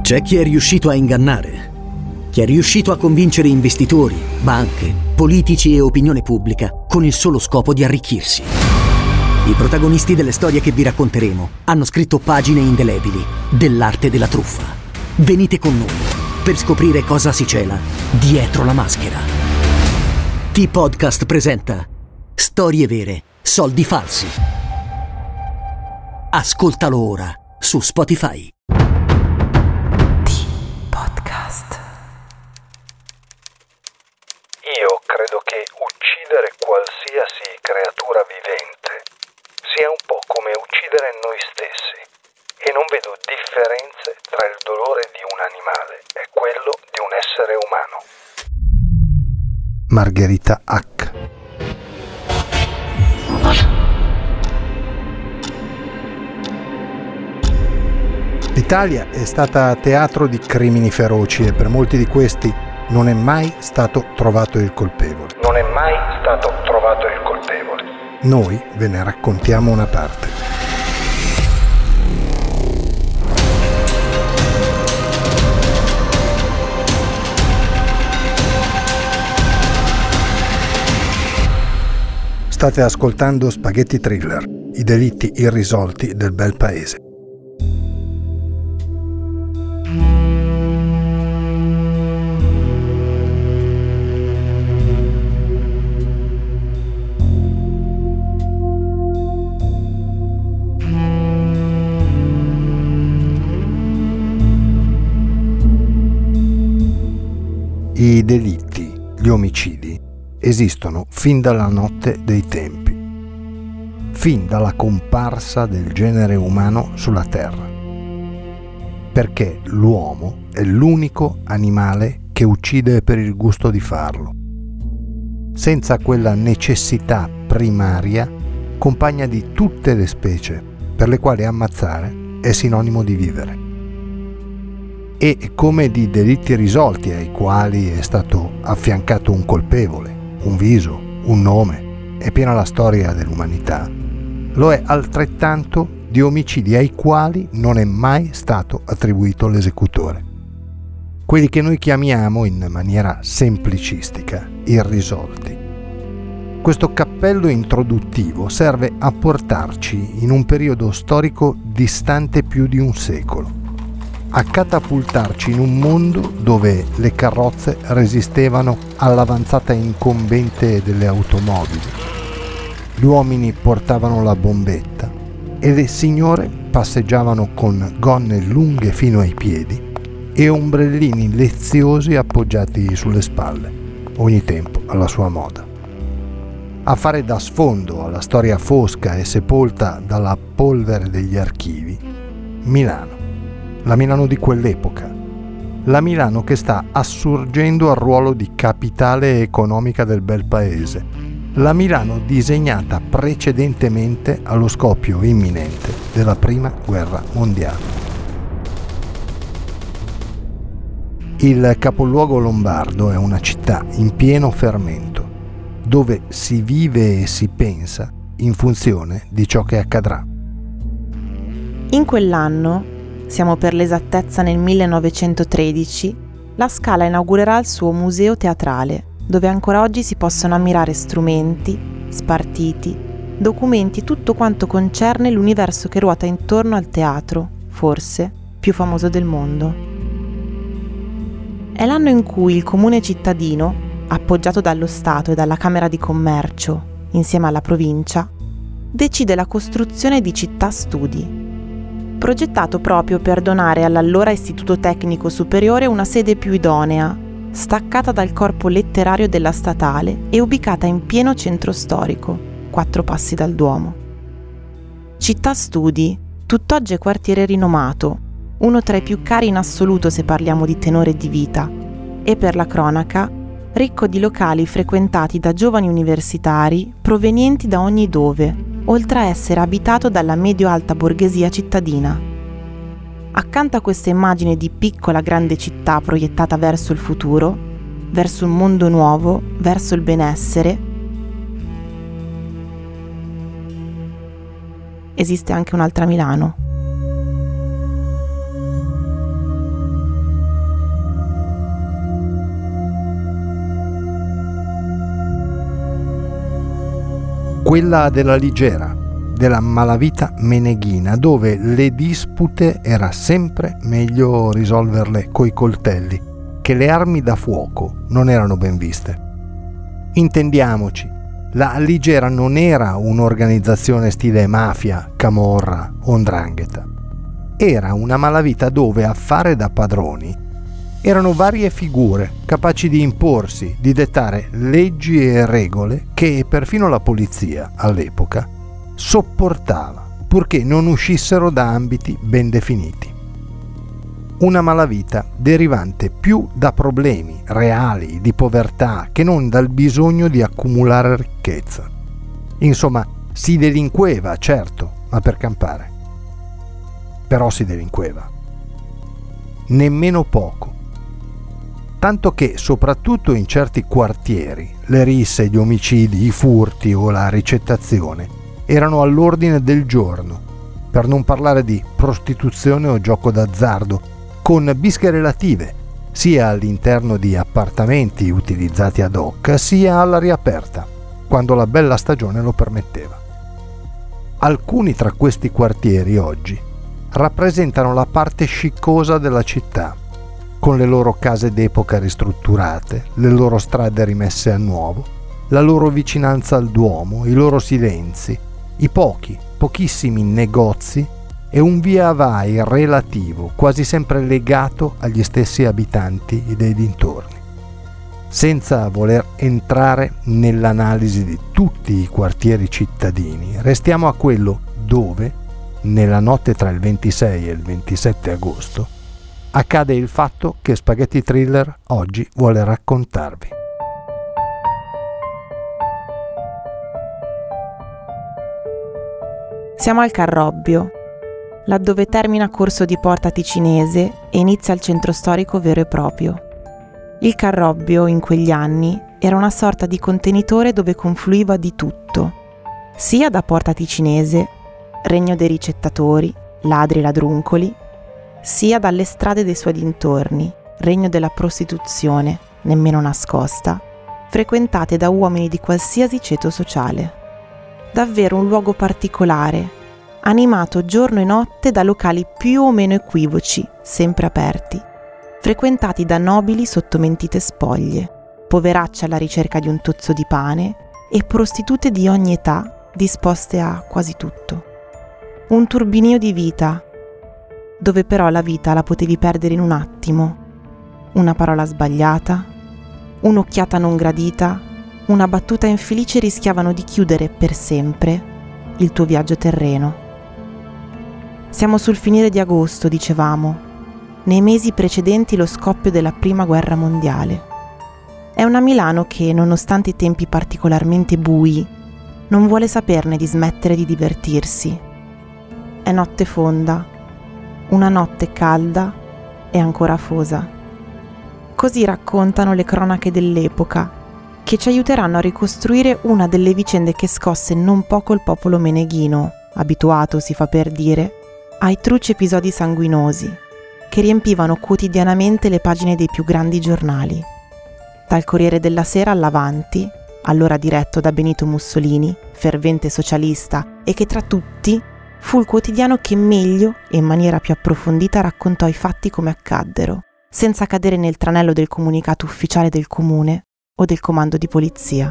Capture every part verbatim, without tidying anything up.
C'è chi è riuscito a ingannare, chi è riuscito a convincere investitori, banche, politici e opinione pubblica con il solo scopo di arricchirsi. I protagonisti delle storie che vi racconteremo hanno scritto pagine indelebili dell'arte della truffa. Venite con noi per scoprire cosa si cela dietro la maschera. T-Podcast presenta Storie vere, soldi falsi. Ascoltalo ora su Spotify. T-Podcast. Io credo che uccidere qualsiasi creatura vivente sia un po' come uccidere noi stessi e non vedo differenze tra il dolore di un animale e quello di un essere umano. Margherita Hack. L'Italia è stata teatro di crimini feroci e per molti di questi non è mai stato trovato il colpevole. Non è mai stato trovato il colpevole. Noi ve ne raccontiamo una parte. State ascoltando Spaghetti Thriller, i delitti irrisolti del bel paese. I delitti, gli omicidi, esistono fin dalla notte dei tempi, fin dalla comparsa del genere umano sulla Terra, perché l'uomo è l'unico animale che uccide per il gusto di farlo, senza quella necessità primaria compagna di tutte le specie per le quali ammazzare è sinonimo di vivere. E come di delitti risolti ai quali è stato affiancato un colpevole, un viso, un nome, è piena la storia dell'umanità, lo è altrettanto di omicidi ai quali non è mai stato attribuito l'esecutore. Quelli che noi chiamiamo in maniera semplicistica irrisolti. Questo cappello introduttivo serve a portarci in un periodo storico distante più di un secolo, a catapultarci in un mondo dove le carrozze resistevano all'avanzata incombente delle automobili, gli uomini portavano la bombetta e le signore passeggiavano con gonne lunghe fino ai piedi e ombrellini leziosi appoggiati sulle spalle, ogni tempo alla sua moda. A fare da sfondo alla storia fosca e sepolta dalla polvere degli archivi, Milano. La Milano di quell'epoca, la Milano che sta assurgendo al ruolo di capitale economica del bel paese, la Milano disegnata precedentemente allo scoppio imminente della Prima Guerra Mondiale. Il capoluogo lombardo è una città in pieno fermento, dove si vive e si pensa in funzione di ciò che accadrà. In quell'anno, siamo per l'esattezza nel millenovecentotredici, la Scala inaugurerà il suo museo teatrale, dove ancora oggi si possono ammirare strumenti, spartiti, documenti, tutto quanto concerne l'universo che ruota intorno al teatro, forse più famoso del mondo. È l'anno in cui il comune cittadino, appoggiato dallo Stato e dalla Camera di Commercio, insieme alla provincia, decide la costruzione di Città Studi, progettato proprio per donare all'allora Istituto Tecnico Superiore una sede più idonea, staccata dal corpo letterario della statale e ubicata in pieno centro storico, quattro passi dal Duomo. Città Studi, tutt'oggi è quartiere rinomato, uno tra i più cari in assoluto se parliamo di tenore di vita, e per la cronaca, ricco di locali frequentati da giovani universitari provenienti da ogni dove, oltre a essere abitato dalla medio-alta borghesia cittadina. Accanto a questa immagine di piccola grande città proiettata verso il futuro, verso un mondo nuovo, verso il benessere, esiste anche un'altra Milano. quella della Ligera, della malavita meneghina, dove le dispute era sempre meglio risolverle coi coltelli, che le armi da fuoco non erano ben viste. Intendiamoci, la Ligera non era un'organizzazione stile mafia, camorra o 'ndrangheta. Era una malavita dove a fare da padroni erano varie figure capaci di imporsi, di dettare leggi e regole che perfino la polizia all'epoca sopportava, purché non uscissero da ambiti ben definiti. Una malavita derivante più da problemi reali di povertà che non dal bisogno di accumulare ricchezza. Insomma, si delinqueva, certo, ma per campare. Però si delinqueva. Nemmeno poco. Tanto che, soprattutto in certi quartieri, le risse, gli omicidi, i furti o la ricettazione erano all'ordine del giorno, per non parlare di prostituzione o gioco d'azzardo, con bische relative, sia all'interno di appartamenti utilizzati ad hoc, sia all'aria aperta, quando la bella stagione lo permetteva. Alcuni tra questi quartieri oggi rappresentano la parte sciccosa della città, con le loro case d'epoca ristrutturate, le loro strade rimesse a nuovo, la loro vicinanza al Duomo, i loro silenzi, i pochi, pochissimi negozi e un via vai relativo, quasi sempre legato agli stessi abitanti dei dintorni. Senza voler entrare nell'analisi di tutti i quartieri cittadini, restiamo a quello dove, nella notte tra il ventisei e il ventisette agosto, accade il fatto che Spaghetti Thriller oggi vuole raccontarvi. Siamo al Carrobbio, laddove termina Corso di Porta Ticinese e inizia il centro storico vero e proprio. Il Carrobbio, in quegli anni, era una sorta di contenitore dove confluiva di tutto, sia da Porta Ticinese, regno dei ricettatori, ladri e ladruncoli, sia dalle strade dei suoi dintorni, regno della prostituzione, nemmeno nascosta, frequentate da uomini di qualsiasi ceto sociale. Davvero un luogo particolare, animato giorno e notte da locali più o meno equivoci, sempre aperti, frequentati da nobili sotto mentite spoglie, poveracce alla ricerca di un tozzo di pane e prostitute di ogni età disposte a quasi tutto. Un turbinio di vita, dove però la vita la potevi perdere in un attimo. Una parola sbagliata, un'occhiata non gradita, una battuta infelice rischiavano di chiudere per sempre il tuo viaggio terreno. Siamo sul finire di agosto, dicevamo, nei mesi precedenti lo scoppio della Prima Guerra Mondiale. È una Milano che, nonostante i tempi particolarmente bui, non vuole saperne di smettere di divertirsi. È notte fonda, una notte calda e ancora afosa. Così raccontano le cronache dell'epoca, che ci aiuteranno a ricostruire una delle vicende che scosse non poco il popolo meneghino, abituato, si fa per dire, ai truci episodi sanguinosi, che riempivano quotidianamente le pagine dei più grandi giornali. Dal Corriere della Sera all'Avanti, allora diretto da Benito Mussolini, fervente socialista, e che tra tutti fu il quotidiano che meglio e in maniera più approfondita raccontò i fatti come accaddero, senza cadere nel tranello del comunicato ufficiale del comune o del comando di polizia.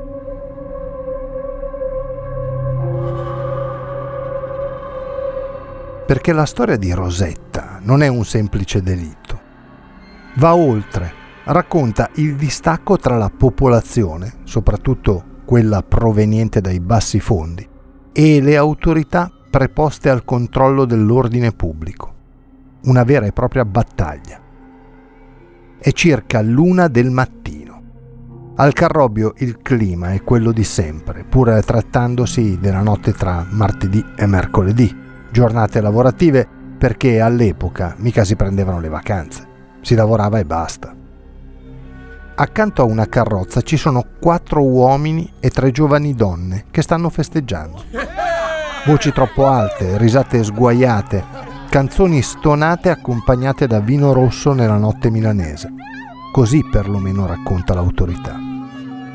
Perché la storia di Rosetta non è un semplice delitto. Va oltre, racconta il distacco tra la popolazione, soprattutto quella proveniente dai bassi fondi, e le autorità preposte al controllo dell'ordine pubblico. Una vera e propria battaglia. È circa l'una del mattino. Al Carrobbio il clima è quello di sempre, pur trattandosi della notte tra martedì e mercoledì, giornate lavorative perché all'epoca mica si prendevano le vacanze, si lavorava e basta. Accanto a una carrozza ci sono quattro uomini e tre giovani donne che stanno festeggiando. Voci troppo alte, risate sguaiate, canzoni stonate accompagnate da vino rosso nella notte milanese. Così perlomeno racconta l'autorità.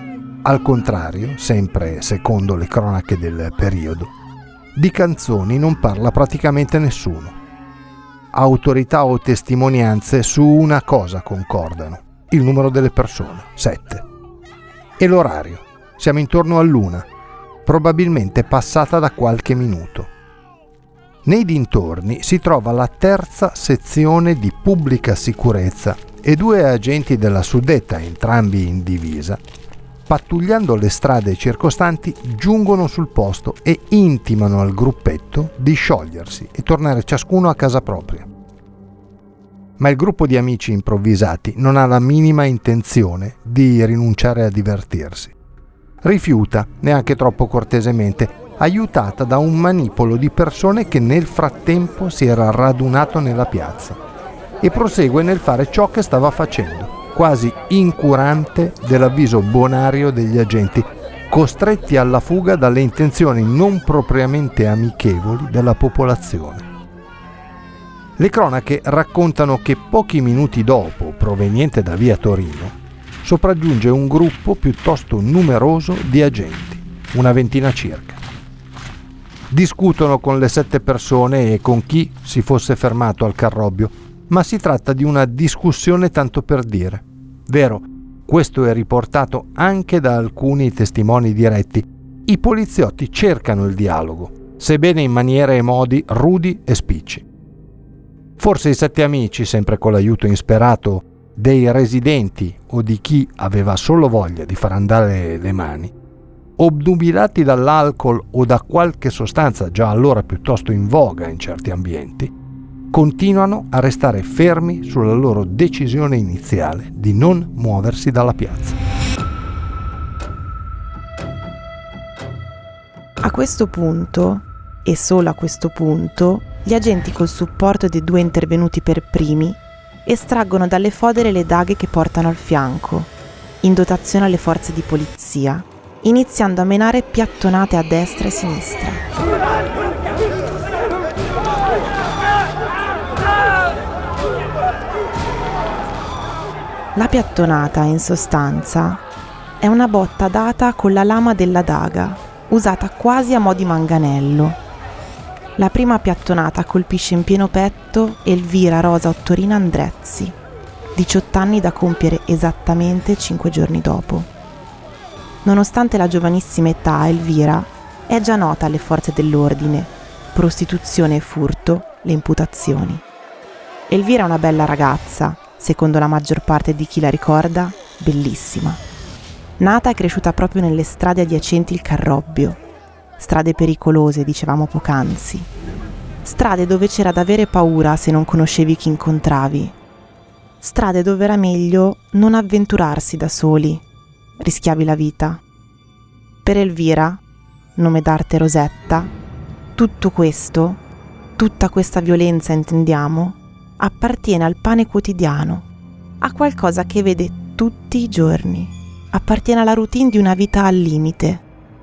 Al contrario, sempre secondo le cronache del periodo, di canzoni non parla praticamente nessuno. Autorità o testimonianze su una cosa concordano: il numero delle persone, sette. E l'orario, siamo intorno all'una, probabilmente passata da qualche minuto. Nei dintorni si trova la terza sezione di pubblica sicurezza e due agenti della suddetta, entrambi in divisa, pattugliando le strade circostanti, giungono sul posto e intimano al gruppetto di sciogliersi e tornare ciascuno a casa propria. Ma il gruppo di amici improvvisati non ha la minima intenzione di rinunciare a divertirsi. Rifiuta, neanche troppo cortesemente, aiutata da un manipolo di persone che nel frattempo si era radunato nella piazza, e prosegue nel fare ciò che stava facendo, quasi incurante dell'avviso bonario degli agenti, costretti alla fuga dalle intenzioni non propriamente amichevoli della popolazione. Le cronache raccontano che pochi minuti dopo, proveniente da via Torino, sopraggiunge un gruppo piuttosto numeroso di agenti, una ventina circa. Discutono con le sette persone e con chi si fosse fermato al carrobbio, ma si tratta di una discussione tanto per dire. Vero, questo è riportato anche da alcuni testimoni diretti. I poliziotti cercano il dialogo, sebbene in maniere e modi rudi e spicci. Forse i sette amici, sempre con l'aiuto insperato dei residenti o di chi aveva solo voglia di far andare le mani, obnubilati dall'alcol o da qualche sostanza già allora piuttosto in voga in certi ambienti, continuano a restare fermi sulla loro decisione iniziale di non muoversi dalla piazza. A questo punto, e solo a questo punto, gli agenti col supporto dei due intervenuti per primi estraggono dalle fodere le daghe che portano al fianco, in dotazione alle forze di polizia, iniziando a menare piattonate a destra e a sinistra. La piattonata, in sostanza, è una botta data con la lama della daga, usata quasi a mo' di manganello. La prima piattonata colpisce in pieno petto Elvira Rosa Ottorina Andrezzi, diciotto anni da compiere esattamente cinque giorni dopo. Nonostante la giovanissima età, Elvira è già nota alle forze dell'ordine, prostituzione e furto le imputazioni. Elvira è una bella ragazza, secondo la maggior parte di chi la ricorda, bellissima. Nata e cresciuta proprio nelle strade adiacenti il Carrobbio, strade pericolose, dicevamo poc'anzi, strade dove c'era da avere paura se non conoscevi chi incontravi, strade dove era meglio non avventurarsi da soli, rischiavi la vita. Per Elvira, nome d'arte Rosetta, tutto questo, tutta questa violenza intendiamo, appartiene al pane quotidiano, a qualcosa che vede tutti i giorni, appartiene alla routine di una vita al limite.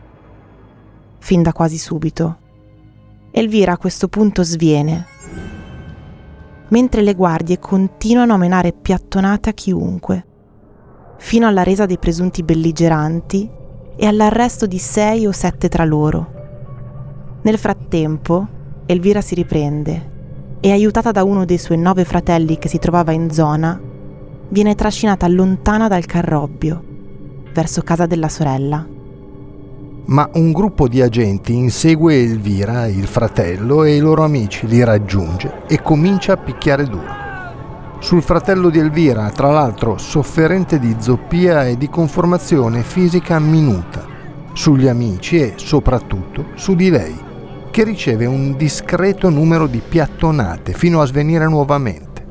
Fin da quasi subito. Elvira a questo punto sviene, mentre le guardie continuano a menare piattonate a chiunque, fino alla resa dei presunti belligeranti e all'arresto di sei o sette tra loro. Nel frattempo, Elvira si riprende e, aiutata da uno dei suoi nove fratelli che si trovava in zona, viene trascinata lontana dal Carrobbio, verso casa della sorella. Ma un gruppo di agenti insegue Elvira, il fratello e i loro amici, li raggiunge e comincia a picchiare duro. Sul fratello di Elvira, tra l'altro sofferente di zoppia e di conformazione fisica minuta, sugli amici e soprattutto su di lei, che riceve un discreto numero di piattonate fino a svenire nuovamente.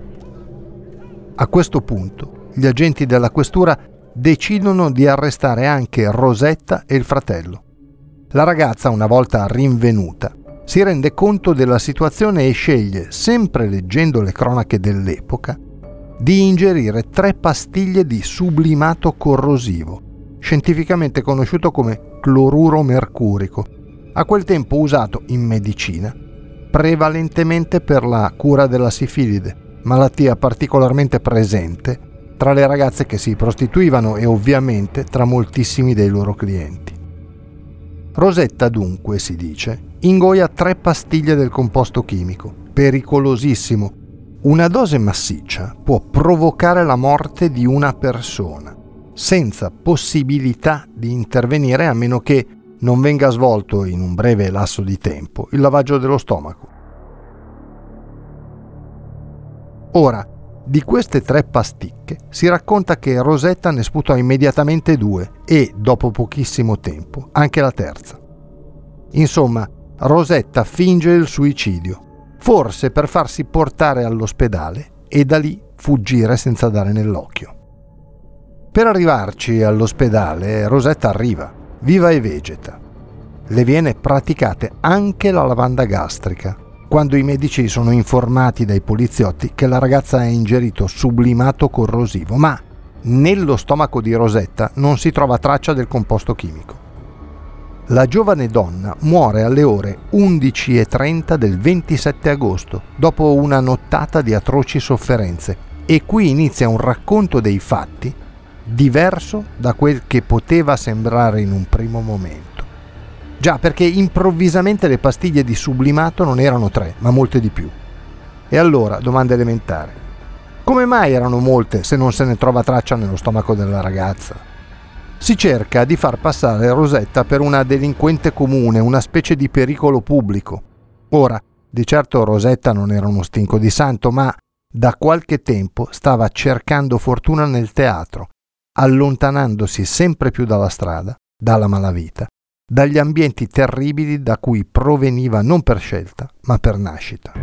A questo punto, gli agenti della questura decidono di arrestare anche Rosetta e il fratello. La ragazza, una volta rinvenuta, si rende conto della situazione e sceglie, sempre leggendo le cronache dell'epoca, di ingerire tre pastiglie di sublimato corrosivo, scientificamente conosciuto come cloruro mercurico, a quel tempo usato in medicina prevalentemente per la cura della sifilide, malattia particolarmente presente tra le ragazze che si prostituivano e ovviamente tra moltissimi dei loro clienti. Rosetta dunque, si dice, ingoia tre pastiglie del composto chimico, pericolosissimo. Una dose massiccia può provocare la morte di una persona, senza possibilità di intervenire a meno che non venga svolto in un breve lasso di tempo il lavaggio dello stomaco. Ora, di queste tre pasticche si racconta che Rosetta ne sputò immediatamente due e, dopo pochissimo tempo, anche la terza. Insomma, Rosetta finge il suicidio, forse per farsi portare all'ospedale e da lì fuggire senza dare nell'occhio. Per arrivarci all'ospedale, Rosetta arriva, viva e vegeta. Le viene praticate anche la lavanda gastrica, quando i medici sono informati dai poliziotti che la ragazza ha ingerito sublimato corrosivo, ma nello stomaco di Rosetta non si trova traccia del composto chimico. La giovane donna muore alle ore undici e trenta del ventisette agosto, dopo una nottata di atroci sofferenze, e qui inizia un racconto dei fatti diverso da quel che poteva sembrare in un primo momento. Già, perché improvvisamente le pastiglie di sublimato non erano tre, ma molte di più. E allora, domanda elementare: come mai erano molte se non se ne trova traccia nello stomaco della ragazza? Si cerca di far passare Rosetta per una delinquente comune, una specie di pericolo pubblico. Ora, di certo Rosetta non era uno stinco di santo, ma da qualche tempo stava cercando fortuna nel teatro, allontanandosi sempre più dalla strada, dalla malavita, dagli ambienti terribili da cui proveniva non per scelta, ma per nascita.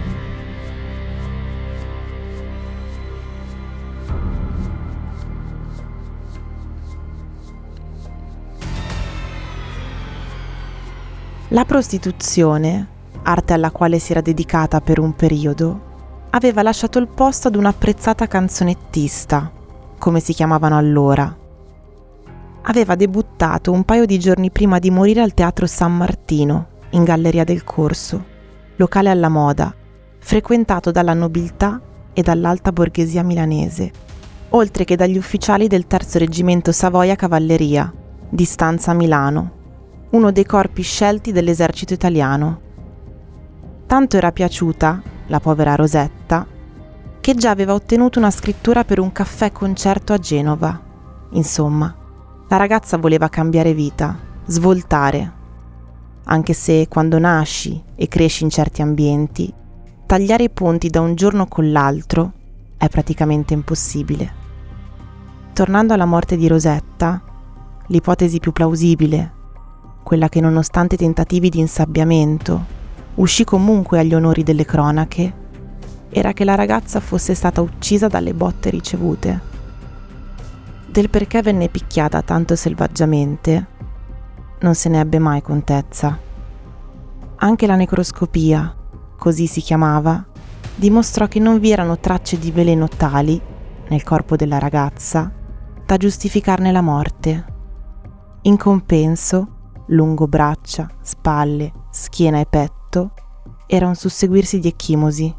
La prostituzione, arte alla quale si era dedicata per un periodo, aveva lasciato il posto ad un'apprezzata canzonettista, come si chiamavano allora. Aveva debuttato un paio di giorni prima di morire al Teatro San Martino, in Galleria del Corso, locale alla moda, frequentato dalla nobiltà e dall'alta borghesia milanese, oltre che dagli ufficiali del terzo Reggimento Savoia Cavalleria, di stanza a Milano, uno dei corpi scelti dell'esercito italiano. Tanto era piaciuta, la povera Rosetta, che già aveva ottenuto una scrittura per un caffè concerto a Genova. Insomma, la ragazza voleva cambiare vita, svoltare. Anche se quando nasci e cresci in certi ambienti, tagliare i ponti da un giorno con l'altro è praticamente impossibile. Tornando alla morte di Rosetta, l'ipotesi più plausibile, quella che nonostante tentativi di insabbiamento uscì comunque agli onori delle cronache, era che la ragazza fosse stata uccisa dalle botte ricevute. Del perché venne picchiata tanto selvaggiamente non se ne ebbe mai contezza. Anche la necroscopia, così si chiamava, dimostrò che non vi erano tracce di veleno tali nel corpo della ragazza da giustificarne la morte. In compenso, lungo braccia, spalle, schiena e petto, era un susseguirsi di ecchimosi.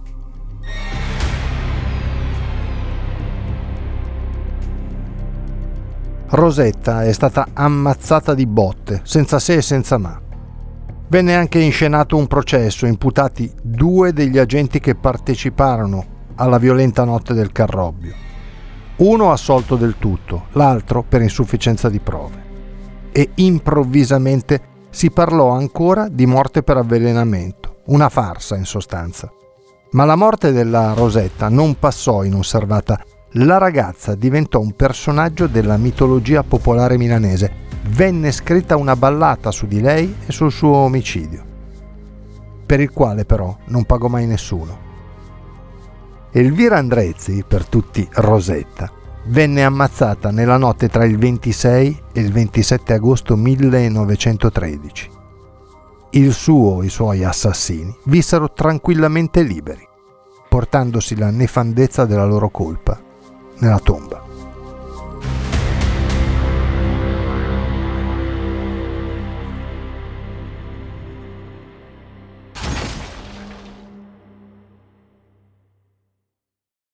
Rosetta è stata ammazzata di botte, senza se e senza ma. Venne anche inscenato un processo, imputati due degli agenti che parteciparono alla violenta notte del Carrobbio. Uno assolto del tutto, l'altro per insufficienza di prove. E improvvisamente si parlò ancora di morte per avvelenamento, una farsa in sostanza. Ma la morte della Rosetta non passò inosservata. La ragazza diventò un personaggio della mitologia popolare milanese. Venne scritta una ballata su di lei e sul suo omicidio, per il quale però non pagò mai nessuno. Elvira Andrezzi, per tutti Rosetta, venne ammazzata nella notte tra il ventisei e il ventisette agosto millenovecentotredici. Il suo e i suoi assassini vissero tranquillamente liberi, portandosi la nefandezza della loro colpa nella tomba.